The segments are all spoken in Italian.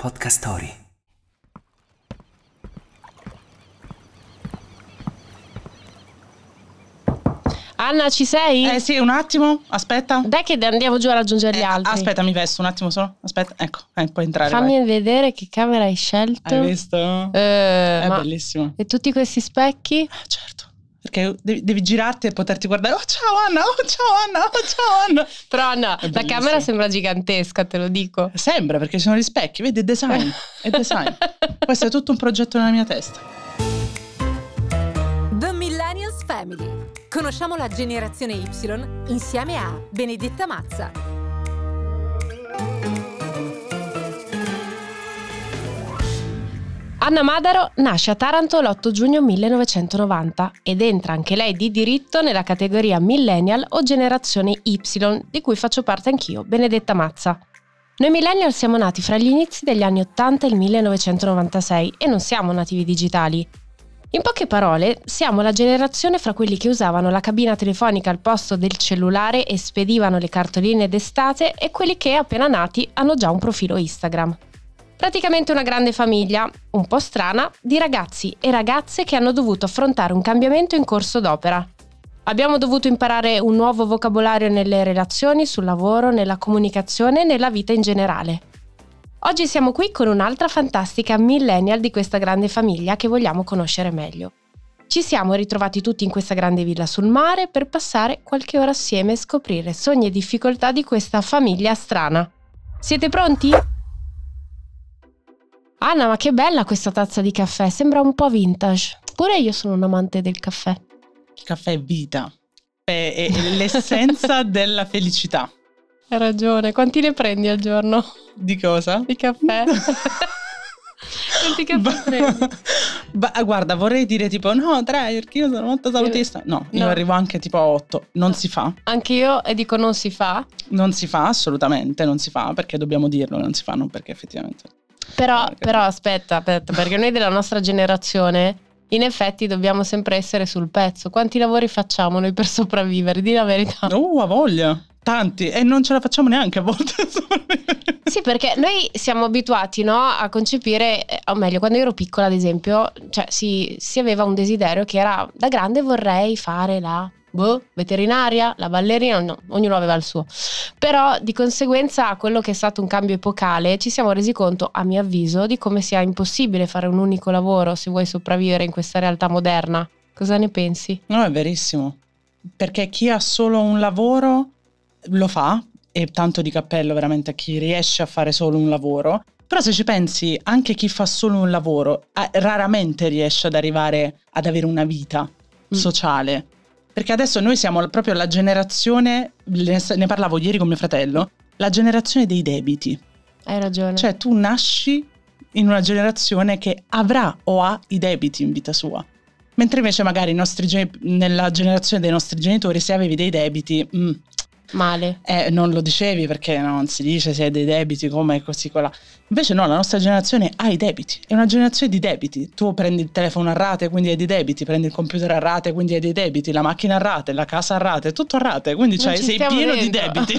Podcast Story. Anna, ci sei? Sì, un attimo, aspetta. Dai che andiamo giù a raggiungere gli altri. Aspetta, mi vesto un attimo solo. Aspetta, ecco, puoi entrare. Fammi vai. vedere che camera hai scelto. Hai visto? È Ma... bellissimo. E tutti questi specchi? Certo, perché devi girarti e poterti guardare. Oh ciao Anna, oh ciao Anna, oh ciao Anna. Però Anna, la camera sembra gigantesca, te lo dico. Sembra, perché ci sono gli specchi, vedi, è design. Questo è tutto un progetto nella mia testa. The Millennials Family. Conosciamo la generazione Y insieme a Benedetta Mazza. Anna Madaro nasce a Taranto l'8 giugno 1990 ed entra anche lei di diritto nella categoria Millennial o generazione Y, di cui faccio parte anch'io, Benedetta Mazza. Noi Millennial siamo nati fra gli inizi degli anni 80 e il 1996 e non siamo nativi digitali. In poche parole, siamo la generazione fra quelli che usavano la cabina telefonica al posto del cellulare e spedivano le cartoline d'estate e quelli che, appena nati, hanno già un profilo Instagram. Praticamente una grande famiglia, un po' strana, di ragazzi e ragazze che hanno dovuto affrontare un cambiamento in corso d'opera. Abbiamo dovuto imparare un nuovo vocabolario nelle relazioni, sul lavoro, nella comunicazione e nella vita in generale. Oggi siamo qui con un'altra fantastica millennial di questa grande famiglia che vogliamo conoscere meglio. Ci siamo ritrovati tutti in questa grande villa sul mare per passare qualche ora assieme e scoprire sogni e difficoltà di questa famiglia strana. Siete pronti? Anna, ma che bella questa tazza di caffè, sembra un po' vintage. Pure io sono un amante del caffè. Il caffè è vita, è l'essenza della felicità. Hai ragione, quanti ne prendi al giorno? Di cosa? Di caffè? Quanti caffè prendi? Guarda, vorrei dire tipo no, 3, perché io sono molto salutista. No, io arrivo anche tipo a 8. Non si fa. Anche io, e dico non si fa. Non si fa, assolutamente non si fa, perché dobbiamo dirlo, non si fa, non perché effettivamente. Però aspetta, perché noi della nostra generazione in effetti dobbiamo sempre essere sul pezzo. Quanti lavori facciamo noi per sopravvivere? Di la verità. A voglia. Tanti, e non ce la facciamo neanche a volte. Sì, perché noi siamo abituati, no, a concepire, o meglio, quando io ero piccola ad esempio, cioè si aveva un desiderio che era: da grande vorrei fare la veterinaria, la ballerina, no, ognuno aveva il suo. Però di conseguenza, quello che è stato un cambio epocale, ci siamo resi conto, a mio avviso, di come sia impossibile fare un unico lavoro se vuoi sopravvivere in questa realtà moderna. Cosa ne pensi? No, è verissimo, perché chi ha solo un lavoro lo fa, e tanto di cappello veramente a chi riesce a fare solo un lavoro. Però se ci pensi, anche chi fa solo un lavoro raramente riesce ad arrivare ad avere una vita sociale, perché adesso noi siamo proprio la generazione, ne parlavo ieri con mio fratello, la generazione dei debiti. Hai ragione. Cioè tu nasci in una generazione che avrà o ha i debiti in vita sua, mentre invece magari nella generazione dei nostri genitori, se avevi dei debiti male. Non lo dicevi, perché non si dice se hai dei debiti, come così quella. Invece no, la nostra generazione ha i debiti, è una generazione di debiti. Tu prendi il telefono a rate, quindi hai dei debiti, prendi il computer a rate, quindi hai dei debiti, la macchina a rate, la casa a rate, tutto a rate, quindi sei pieno di debiti.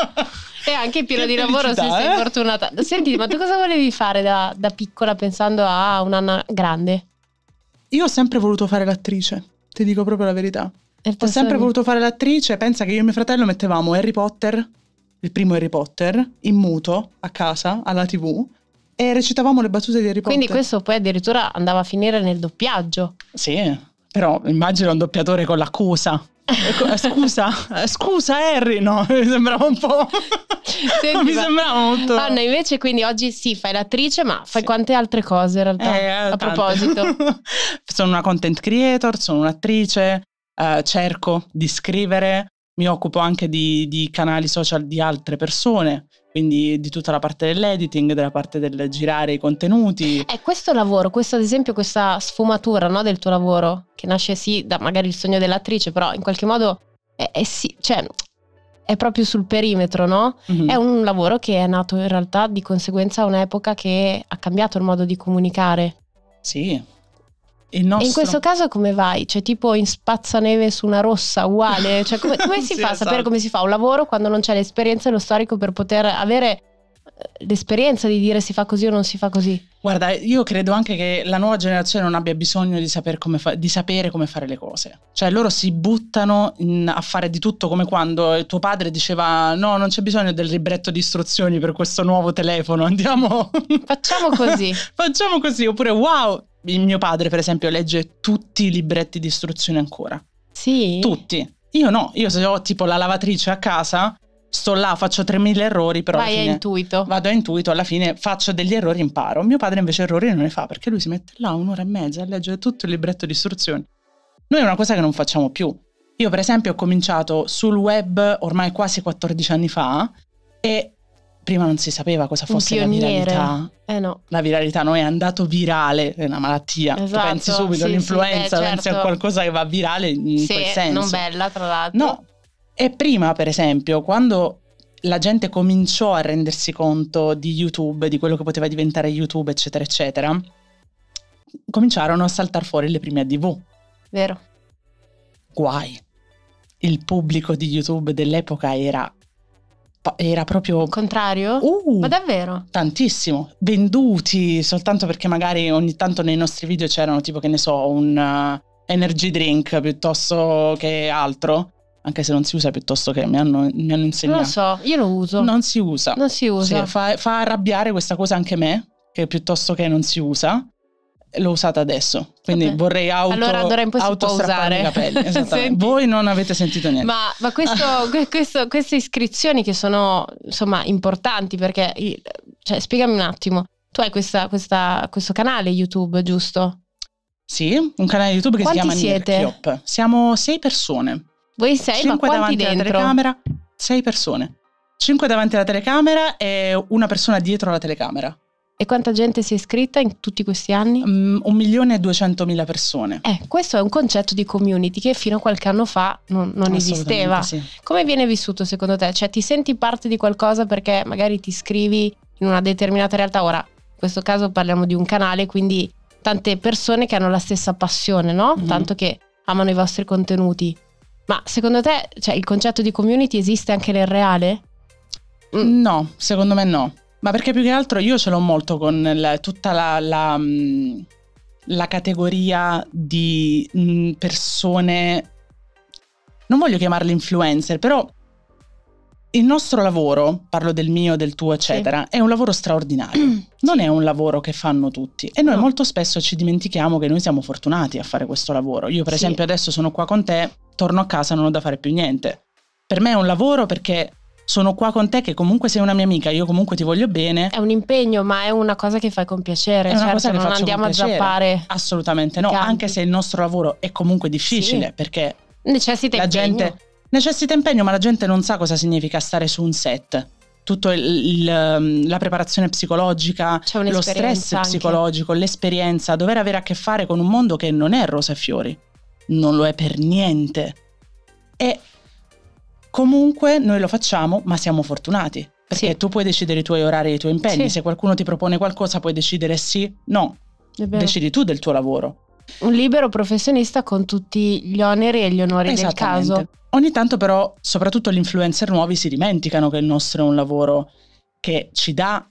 E anche pieno di lavoro, se sei fortunata. Senti, ma tu cosa volevi fare da piccola pensando a un'Anna grande? Io ho sempre voluto fare l'attrice, ti dico proprio la verità. Ho sempre voluto fare l'attrice. Pensa che io e mio fratello mettevamo Harry Potter, il primo Harry Potter, in muto a casa, alla TV, e recitavamo le battute di Harry Potter. Quindi questo poi addirittura andava a finire nel doppiaggio. Sì, però immagino un doppiatore con l'accusa. Scusa Harry, no, mi sembrava un po'. Senti, mi sembrava molto. Anna, invece quindi oggi sì, fai l'attrice, ma fai quante altre cose in realtà, a proposito? Sono una content creator, sono un'attrice, cerco di scrivere, mi occupo anche di canali social di altre persone, quindi di tutta la parte dell'editing, della parte del girare i contenuti. Questo lavoro, questo ad esempio, questa sfumatura, no, del tuo lavoro, che nasce sì da magari il sogno dell'attrice, però in qualche modo sì, cioè è proprio sul perimetro, no? Mm-hmm. È un lavoro che è nato in realtà di conseguenza a un'epoca che ha cambiato il modo di comunicare. Sì. E in questo caso come vai? Cioè tipo in spazzaneve su una rossa uguale? Cioè come si fa a sapere come si fa un lavoro quando non c'è l'esperienza e lo storico per poter avere l'esperienza di dire si fa così o non si fa così. Guarda, io credo anche che la nuova generazione non abbia bisogno di sapere come fare le cose. Cioè loro si buttano a fare di tutto, come quando tuo padre diceva no, non c'è bisogno del libretto di istruzioni per questo nuovo telefono, andiamo Facciamo così. Facciamo così, oppure wow, il mio padre per esempio legge tutti i libretti di istruzioni ancora. Sì? Tutti. Io no, io se ho tipo la lavatrice a casa, sto là, faccio 3000 errori, però Vai alla a fine intuito. vado a intuito, alla fine faccio degli errori, imparo. Mio padre invece errori non ne fa, perché lui si mette là 1 ora e mezza a leggere tutto il libretto di istruzioni. Noi è una cosa che non facciamo più. Io per esempio ho cominciato sul web ormai quasi 14 anni fa e prima non si sapeva cosa fosse la viralità. No. La viralità non è andato virale, è una malattia. Esatto, Tu pensi subito sì, all'influenza, sì, pensi certo. a qualcosa che va virale in quel senso. Non bella tra l'altro. No. E prima, per esempio, quando la gente cominciò a rendersi conto di YouTube, di quello che poteva diventare YouTube, eccetera, eccetera, cominciarono a saltare fuori le prime ADV. Vero. Guai. Il pubblico di YouTube dell'epoca era proprio... Contrario? Ma davvero? Tantissimo. Venduti soltanto perché magari ogni tanto nei nostri video c'erano tipo, che ne so, un energy drink piuttosto che altro. Anche se non si usa, piuttosto che mi hanno insegnato. Non lo so, io lo uso. Non si usa. Non si usa. Sì, fa arrabbiare questa cosa anche me, che piuttosto che non si usa, l'ho usata adesso. Quindi Vabbè. vorrei allora d'ora in poi si può usare i capelli. Esattamente. Voi non avete sentito niente. Ma queste iscrizioni che sono insomma importanti, perché cioè, spiegami un attimo. Tu hai questo canale YouTube, giusto? Sì, un canale YouTube che Quanti si chiama siete? Nirchiop. Siamo 6 persone. Voi 6, ma 5 quanti davanti alla dentro? telecamera, 6 persone. 5 davanti alla telecamera e una persona dietro la telecamera. E quanta gente si è iscritta in tutti questi anni? 1.200.000 persone. Questo è un concetto di community che fino a qualche anno fa non esisteva. Sì. Come viene vissuto secondo te? Cioè ti senti parte di qualcosa perché magari ti iscrivi in una determinata realtà? Ora, in questo caso parliamo di un canale, quindi tante persone che hanno la stessa passione, no? Mm-hmm. Tanto che amano i vostri contenuti. Ma secondo te, cioè, il concetto di community esiste anche nel reale? No, secondo me no. Ma perché più che altro io ce l'ho molto con tutta la categoria di persone, non voglio chiamarle influencer, però il nostro lavoro, parlo del mio, del tuo, eccetera, è un lavoro straordinario. Non è un lavoro che fanno tutti. E noi molto spesso ci dimentichiamo che noi siamo fortunati a fare questo lavoro. Io per esempio adesso sono qua con te, torno a casa, non ho da fare più niente. Per me è un lavoro perché sono qua con te, che comunque sei una mia amica, io comunque ti voglio bene. È un impegno, ma è una cosa che fai con piacere. È una certo, cosa che non faccio andiamo con a piacere. zappare. Assolutamente no, campi. anche se il nostro lavoro è comunque difficile, perché necessita la impegno. gente necessita impegno, ma la gente non sa cosa significa stare su un set. Tutto la preparazione psicologica, C'è lo stress psicologico, l'esperienza, dover avere a che fare con un mondo che non è rosa e fiori, non lo è per niente. E comunque noi lo facciamo, ma siamo fortunati, perché tu puoi decidere i tuoi orari e i tuoi impegni. Se qualcuno ti propone qualcosa puoi decidere sì, no, decidi tu del tuo lavoro. Un libero professionista con tutti gli oneri e gli onori del caso. Ogni tanto però, soprattutto gli influencer nuovi si dimenticano che il nostro è un lavoro che ci dà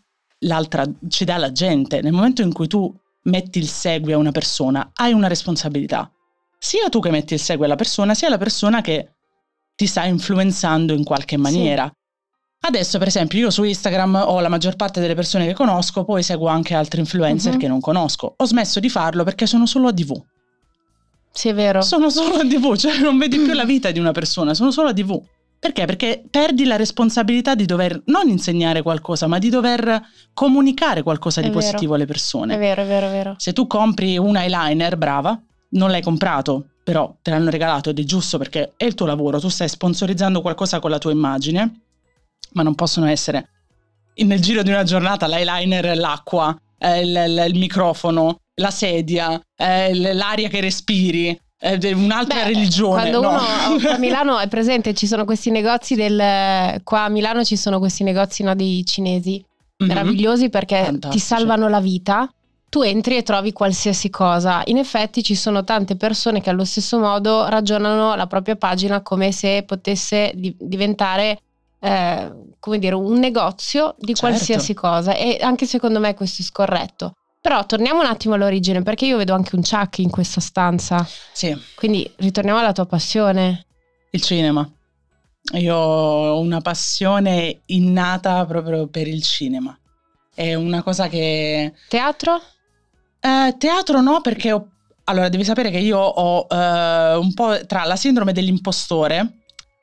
la gente. Nel momento in cui tu metti il segui a una persona, hai una responsabilità. Sia tu che metti il segui alla persona, sia la persona che ti sta influenzando in qualche maniera. Sì. Adesso, per esempio, io su Instagram ho la maggior parte delle persone che conosco, poi seguo anche altri influencer che non conosco. Ho smesso di farlo perché sono solo ADV. Sì, è vero. Sono solo ADV, cioè non vedi più la vita di una persona, sono solo ADV. Perché? Perché perdi la responsabilità di dover non insegnare qualcosa, ma di dover comunicare qualcosa di positivo alle persone. È vero, è vero, è vero. Se tu compri un eyeliner, brava, non l'hai comprato, però te l'hanno regalato ed è giusto perché è il tuo lavoro, tu stai sponsorizzando qualcosa con la tua immagine, ma non possono essere nel giro di una giornata l'eyeliner, l'acqua, il microfono, la sedia, l'aria che respiri, un'altra religione. Quando uno a Milano è presente, ci sono questi negozi qua a Milano ci sono questi negozi dei cinesi meravigliosi perché fantastici. Ti salvano la vita. Tu entri e trovi qualsiasi cosa. In effetti ci sono tante persone che allo stesso modo ragionano la propria pagina come se potesse diventare come dire, un negozio di qualsiasi cosa, e anche secondo me questo è scorretto. Però torniamo un attimo all'origine, perché io vedo anche un Chuck in questa stanza. Sì. Quindi ritorniamo alla tua passione. Il cinema. Io ho una passione innata proprio per il cinema. È una cosa che... Teatro? Teatro no, perché allora devi sapere che io ho un po' tra la sindrome dell'impostore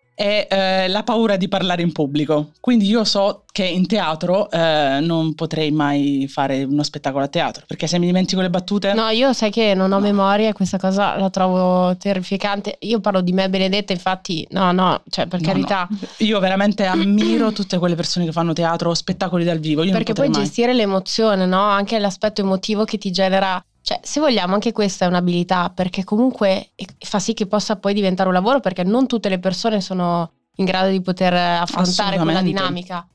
e la paura di parlare in pubblico. Quindi io so che in teatro non potrei mai fare uno spettacolo a teatro, perché se mi dimentico le battute... No, io sai che non ho memoria e questa cosa la trovo terrificante. Io parlo di me, Benedetta, infatti no, cioè per carità. No. Io veramente ammiro tutte quelle persone che fanno teatro o spettacoli dal vivo. Io perché non potrei poi mai. Gestire l'emozione, no? Anche l'aspetto emotivo che ti genera. Cioè, se vogliamo, anche questa è un'abilità, perché comunque fa sì che possa poi diventare un lavoro, perché non tutte le persone sono in grado di poter affrontare quella dinamica.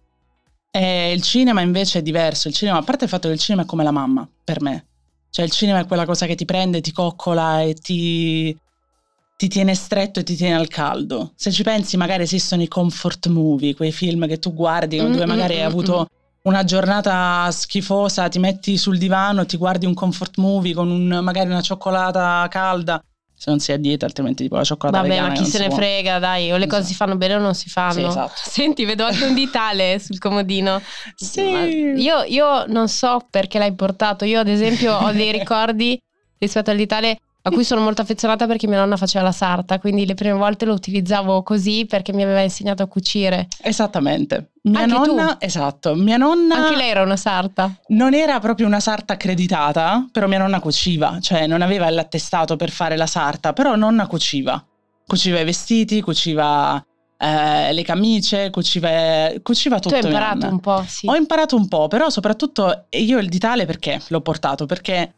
Il cinema invece è diverso. Il cinema, a parte il fatto che il cinema è come la mamma per me, cioè il cinema è quella cosa che ti prende, ti coccola e ti tiene stretto e ti tiene al caldo. Se ci pensi, magari esistono i comfort movie, quei film che tu guardi dove magari hai avuto una giornata schifosa, ti metti sul divano, ti guardi un comfort movie con magari una cioccolata calda, se non sei a dieta, altrimenti tipo la cioccolata vegana. Vabbè, ma chi se ne frega, dai, o le cose si fanno bene o non si fanno. Sì, esatto. Senti, vedo anche un ditale sul comodino. Sì. Ma io non so perché l'hai portato. Io ad esempio ho dei ricordi rispetto al ditale a cui sono molto affezionata, perché mia nonna faceva la sarta, quindi le prime volte lo utilizzavo così perché mi aveva insegnato a cucire. Esattamente. Mia anche nonna, tu? Esatto, mia nonna... Anche lei era una sarta? Non era proprio una sarta accreditata, però mia nonna cuciva, cioè non aveva l'attestato per fare la sarta, però nonna cuciva. Cuciva i vestiti, cuciva le camicie, cuciva tutto. Tu hai imparato un po', sì. Ho imparato un po', però soprattutto io il ditale perché l'ho portato? Perché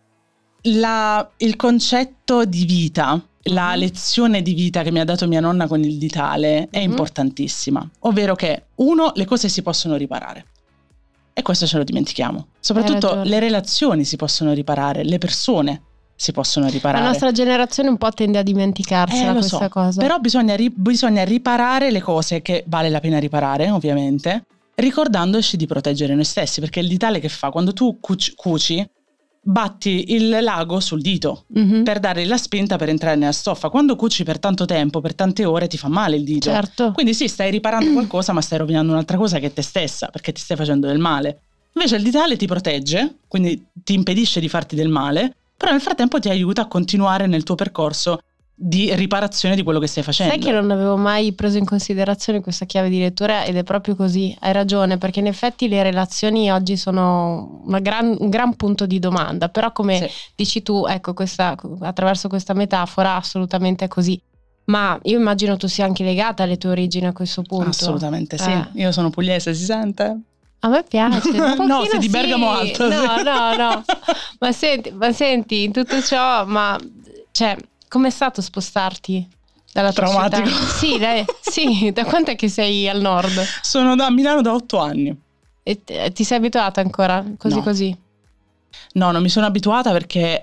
il concetto di vita, la lezione di vita che mi ha dato mia nonna con il ditale è importantissima, ovvero che le cose si possono riparare, e questo ce lo dimentichiamo, soprattutto le relazioni si possono riparare, le persone si possono riparare. La nostra generazione un po' tende a dimenticarsela questa cosa, però bisogna riparare le cose che vale la pena riparare, ovviamente, ricordandoci di proteggere noi stessi, perché il ditale che fa? Quando tu cuci batti il lago sul dito per dare la spinta per entrare nella stoffa. Quando cuci per tanto tempo, per tante ore, ti fa male il dito. Certo. Quindi sì, stai riparando qualcosa, ma stai rovinando un'altra cosa che è te stessa, perché ti stai facendo del male. Invece il ditale ti protegge, quindi ti impedisce di farti del male, però nel frattempo ti aiuta a continuare nel tuo percorso di riparazione di quello che stai facendo. Sai che non avevo mai preso in considerazione questa chiave di lettura, ed è proprio così, hai ragione, perché in effetti le relazioni oggi sono un gran punto di domanda, però come dici tu, ecco, attraverso questa metafora assolutamente è così. Ma io immagino tu sia anche legata alle tue origini a questo punto. Assolutamente sì, io sono pugliese, si sente? A me piace. No, sei di Bergamo Alto. No. ma senti, in tutto ciò, cioè, com'è stato spostarti dalla tua Traumatico. città? Sì, da quanto è che sei al nord? Sono a Milano da 8 anni. E ti sei abituata ancora? Così? No, non mi sono abituata perché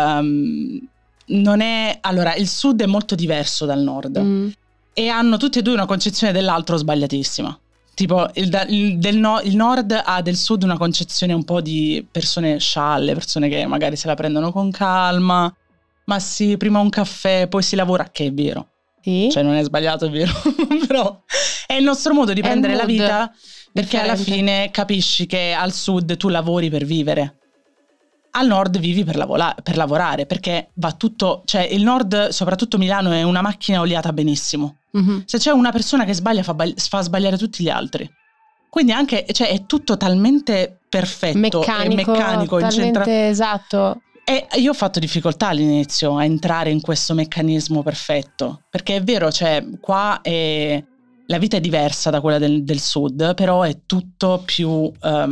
non è... Allora, il sud è molto diverso dal nord e hanno tutti e due una concezione dell'altro sbagliatissima. Tipo il nord ha del sud una concezione un po' di persone scialle, persone che magari se la prendono con calma. Ma sì, prima un caffè, poi si lavora, che è vero. Sì. Cioè non è sbagliato, è vero. Però è il nostro modo di prendere la vita, perché alla fine capisci che al sud tu lavori per vivere. Al nord vivi per lavorare, perché va tutto, cioè il nord, soprattutto Milano, è una macchina oliata benissimo. Se c'è una persona che sbaglia fa sbagliare tutti gli altri. Quindi anche, cioè è tutto talmente perfetto, meccanico, talmente esatto. E io ho fatto difficoltà all'inizio a entrare in questo meccanismo perfetto, perché è vero, cioè qua la vita è diversa da quella del sud, però è tutto più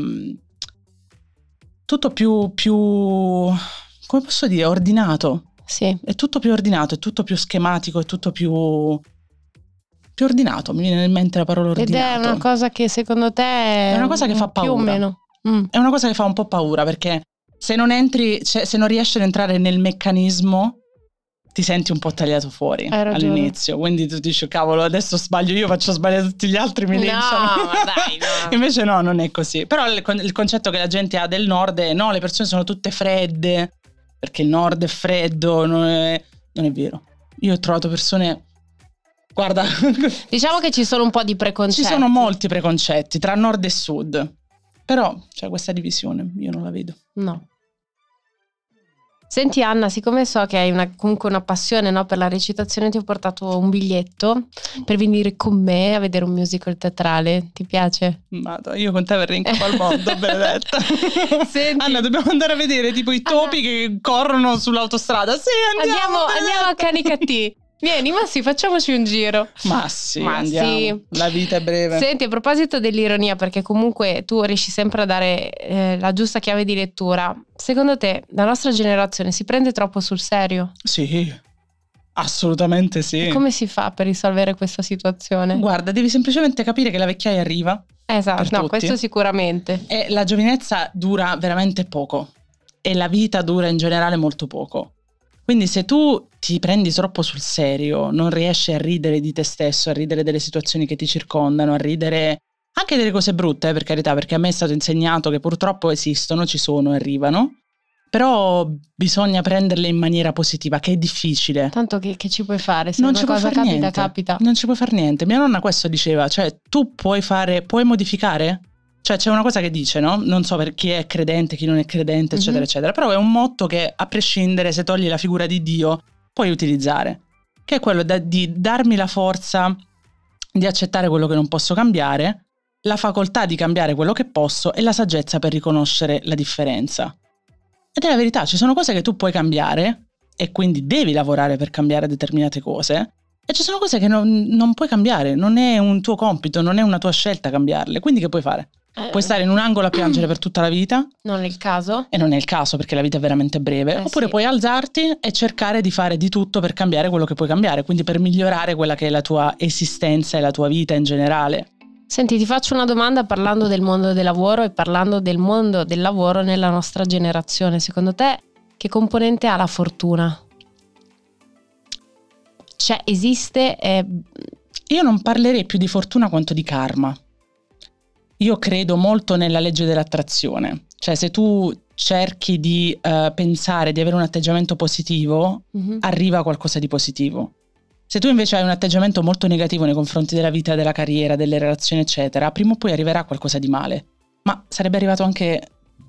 come posso dire, ordinato. Sì. È tutto più ordinato, è tutto più schematico, è tutto più ordinato. Mi viene in mente la parola ordinato. Ed è una cosa che secondo te è una cosa che fa paura. Più o meno. È una cosa che fa un po' paura, perché se non riesci ad entrare nel meccanismo, ti senti un po' tagliato fuori all'inizio, quindi tu dici cavolo adesso sbaglio io, faccio sbagliare tutti gli altri, mi linciano. No, dai, no. Invece no, non è così. Però il concetto che la gente ha del nord è no, le persone sono tutte fredde perché il nord è freddo, non è vero. Io ho trovato persone, guarda, diciamo che ci sono un po' di preconcetti. ci sono molti preconcetti tra nord e sud, però c'è questa divisione, io non la vedo. No. Senti Anna, siccome so che hai comunque una passione, no, per la recitazione, ti ho portato un biglietto per venire con me a vedere un musical teatrale. Ti piace? Madonna, io con te verrei in capo al mondo, benedetta. Senti, Anna, dobbiamo andare a vedere tipo i topi che corrono sull'autostrada. Sì, andiamo a Canicattì. Vieni, ma sì, facciamoci un giro. Ma sì, andiamo. Sì. La vita è breve. Senti, a proposito dell'ironia, perché comunque tu riesci sempre a dare la giusta chiave di lettura, secondo te la nostra generazione si prende troppo sul serio? Sì, assolutamente sì. E come si fa per risolvere questa situazione? Guarda, devi semplicemente capire che la vecchiaia arriva. Esatto, no, tutti. questo sicuramente. E la giovinezza dura veramente poco e la vita dura in generale molto poco. Quindi se tu ti prendi troppo sul serio, non riesci a ridere di te stesso, a ridere delle situazioni che ti circondano, a ridere anche delle cose brutte, per carità, perché a me è stato insegnato che purtroppo esistono, ci sono, arrivano, però bisogna prenderle in maniera positiva, che è difficile. Tanto che ci puoi fare? Se non una ci puoi cosa fare capita, niente. capita. Non ci puoi fare niente. Mia nonna questo diceva, cioè tu puoi modificare? Cioè c'è una cosa che dice, no? Non so per chi è credente, chi non è credente, eccetera, eccetera, però è un motto che a prescindere, se togli la figura di Dio, puoi utilizzare, che è quello di darmi la forza di accettare quello che non posso cambiare, la facoltà di cambiare quello che posso e la saggezza per riconoscere la differenza. Ed è la verità, ci sono cose che tu puoi cambiare e quindi devi lavorare per cambiare determinate cose, e ci sono cose che non puoi cambiare, non è un tuo compito, non è una tua scelta cambiarle, quindi che puoi fare? Puoi stare in un angolo a piangere per tutta la vita? Non è il caso. E non è il caso perché la vita è veramente breve. Oppure puoi alzarti e cercare di fare di tutto per cambiare quello che puoi cambiare, quindi per migliorare quella che è la tua esistenza e la tua vita in generale. Senti, ti faccio una domanda parlando del mondo del lavoro e parlando del mondo del lavoro nella nostra generazione. Secondo te che componente ha la fortuna? Cioè, esiste? Io non parlerei più di fortuna quanto di karma. Io credo molto nella legge dell'attrazione, cioè se tu cerchi di pensare di avere un atteggiamento positivo, arriva qualcosa di positivo. Se tu invece hai un atteggiamento molto negativo nei confronti della vita, della carriera, delle relazioni, eccetera, prima o poi arriverà qualcosa di male. Ma sarebbe arrivato anche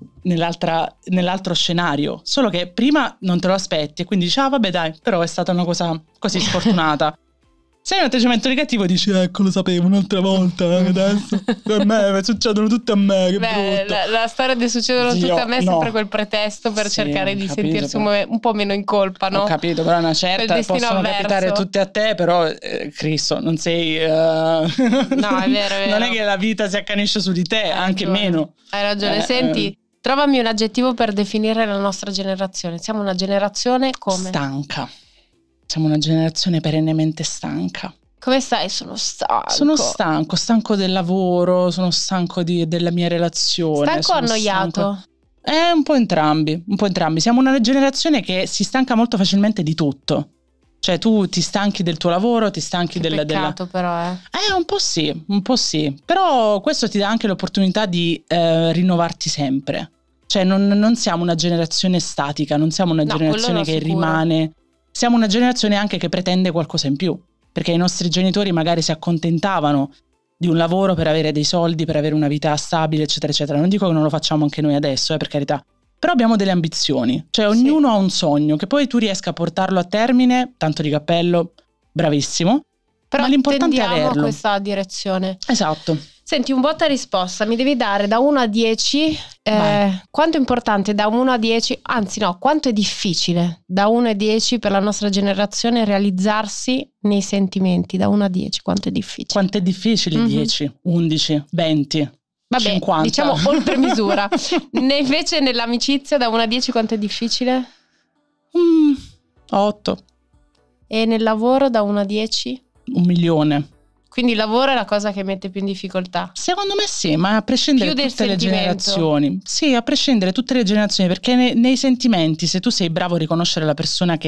nell'altro scenario, solo che prima non te lo aspetti e quindi dici vabbè dai, però è stata una cosa così sfortunata. Se hai un atteggiamento negativo dici ecco lo sapevo un'altra volta, adesso a me succedono tutte a me, che brutto. La storia di succedono tutte a me è sempre quel pretesto per cercare di sentirsi un po' meno in colpa, no? Ho capito, però una certa possono capitare tutte a te, però Cristo, non sei no, è vero. Non è che la vita si accanisce su di te, anche meno. Hai ragione. Senti, trovami un aggettivo per definire la nostra generazione. Siamo una generazione come? Stanca. Siamo una generazione perennemente stanca. Come stai? Sono stanco. Sono stanco del lavoro, sono stanco della mia relazione. Stanco o annoiato? Un po' entrambi. Siamo una generazione che si stanca molto facilmente di tutto. Cioè tu ti stanchi del tuo lavoro, ti stanchi peccato però un po' sì. Però questo ti dà anche l'opportunità di rinnovarti sempre. Cioè non siamo una generazione statica, non siamo una generazione che rimane. Siamo una generazione anche che pretende qualcosa in più, perché i nostri genitori magari si accontentavano di un lavoro per avere dei soldi, per avere una vita stabile, eccetera, eccetera. Non dico che non lo facciamo anche noi adesso, per carità. Però abbiamo delle ambizioni, cioè ognuno ha un sogno, che poi tu riesca a portarlo a termine, tanto di cappello, bravissimo. Però ma l'importante è averlo. A questa direzione. Esatto. Senti, un botta risposta, mi devi dare da 1 a 10 quanto è importante da 1 a 10, anzi no, quanto è difficile da 1 a 10 per la nostra generazione realizzarsi nei sentimenti, da 1 a 10 quanto è difficile? Quanto è difficile? 10, 11, 20, vabbè, 50. Diciamo oltre misura. Invece nell'amicizia da 1 a 10 quanto è difficile? 8. E nel lavoro da 1 a 10? 1 milione. Quindi il lavoro è la cosa che mette più in difficoltà? Secondo me sì, ma a prescindere da tutte le generazioni. Sì, a prescindere tutte le generazioni, perché nei sentimenti, se tu sei bravo a riconoscere la persona che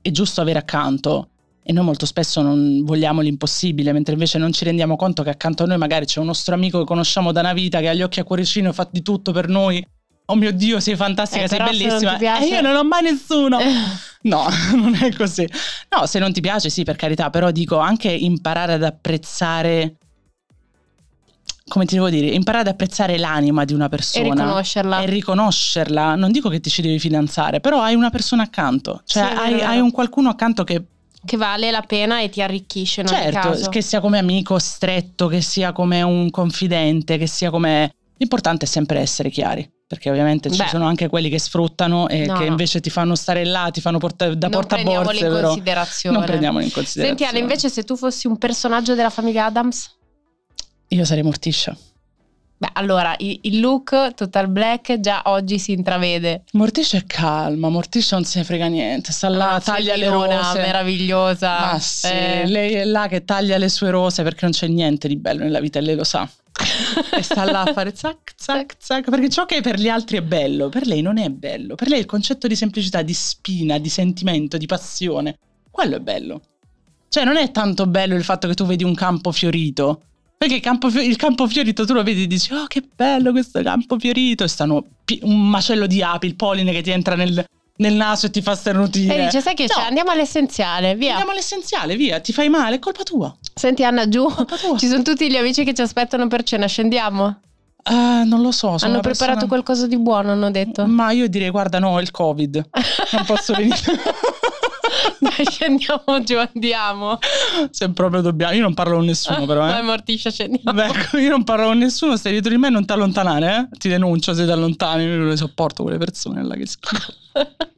è giusto avere accanto. E noi molto spesso non vogliamo l'impossibile, mentre invece non ci rendiamo conto che accanto a noi magari c'è un nostro amico che conosciamo da una vita, che ha gli occhi a cuoricino, fa di tutto per noi. Oh mio Dio, sei fantastica, sei bellissima. E io non ho mai nessuno. No, non è così. No, se non ti piace, sì, per carità, però dico anche imparare ad apprezzare, come ti devo dire, imparare ad apprezzare l'anima di una persona e riconoscerla. Non dico che ti ci devi fidanzare, però hai una persona accanto, cioè sì, hai un qualcuno accanto che vale la pena e ti arricchisce in ogni caso. Certo, che sia come amico stretto, che sia come un confidente, che sia come... L'importante è sempre essere chiari, perché ovviamente ci sono anche quelli che sfruttano e che invece ti fanno stare là, ti fanno da portaborse, però non prendiamoli in considerazione. Senti Ale, invece se tu fossi un personaggio della famiglia Addams? Io sarei Morticia. Beh, allora, il look total black già oggi si intravede. Morticia è calma, Morticia non se ne frega niente, sta là, taglia le rose. Meravigliosa. Ma sì, lei è là che taglia le sue rose perché non c'è niente di bello nella vita e lei lo sa. E sta là a fare zac, zac, zac, perché ciò che per gli altri è bello, per lei non è bello. Per lei il concetto di semplicità, di spina, di sentimento, di passione, quello è bello. Cioè non è tanto bello il fatto che tu vedi un campo fiorito, perché il campo fiorito tu lo vedi e dici oh che bello questo campo fiorito, e stanno un macello di api, il polline che ti entra nel naso e ti fa sternutire. E dice sai che c'è, andiamo all'essenziale, via. Andiamo all'essenziale, via, ti fai male, è colpa tua. Senti Anna, giù ci sono tutti gli amici che ci aspettano per cena, scendiamo? Non lo so. Hanno preparato qualcosa di buono, hanno detto. Ma io direi guarda no, è il Covid, non posso venire. Dai, scendiamo giù, andiamo. Se proprio dobbiamo, io non parlo con nessuno però. Vai Morticia, scendiamo. Ecco, io non parlo con nessuno, stai dietro di me, non ti allontanare, ti denuncio se ti allontani, io non le sopporto quelle persone là che schifo.